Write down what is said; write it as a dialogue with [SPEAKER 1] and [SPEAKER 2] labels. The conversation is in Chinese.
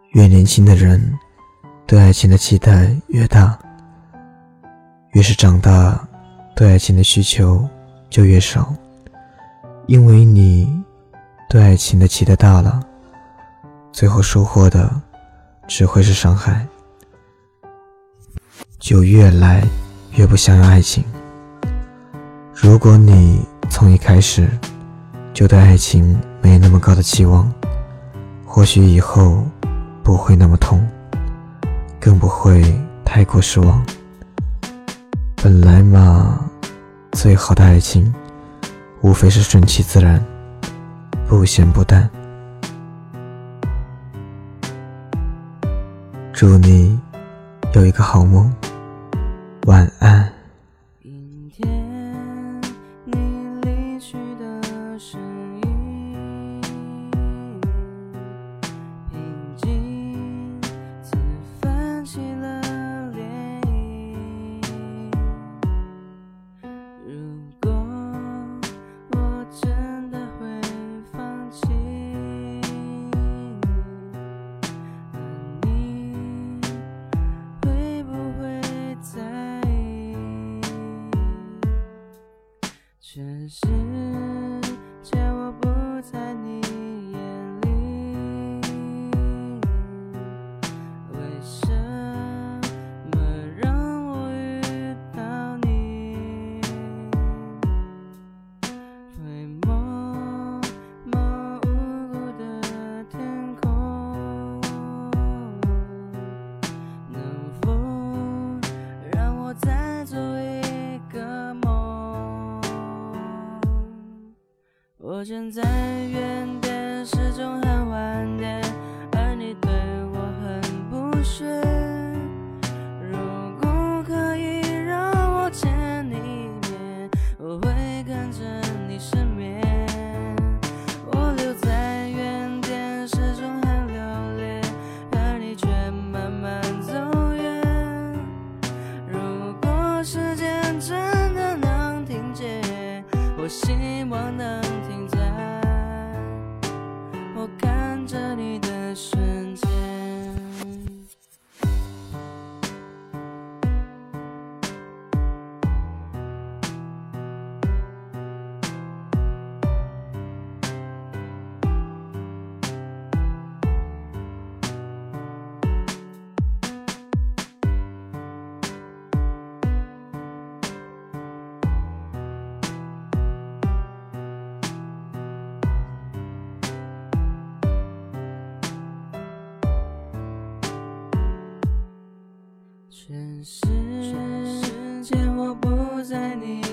[SPEAKER 1] 越年轻的人对爱情的期待越大，越是长大，对爱情的需求就越少。因为你对爱情的期待大了，最后收获的只会是伤害，就越来越不想要爱情。如果你从一开始就对爱情没那么高的期望，或许以后不会那么痛，更不会太过失望。本来嘛，最好的爱情无非是顺其自然，不咸不淡。祝你有一个好梦，晚安。
[SPEAKER 2] 阴天，你离去的声音，平静自泛起了涟漪。如果我真的会放弃你，会不会在意？全世界我不在你眼里，为什么让我遇到你？回眸无辜的天空，能否让我再做一个梦？我站在原点，始终很晚点，而你对我很不屑。如果可以让我见你一面，我会跟着你失眠。我留在原点，始终很留恋，而你却慢慢走远。如果时间真的能停止，我希望能停在我看着你的瞬间。全世界我不在你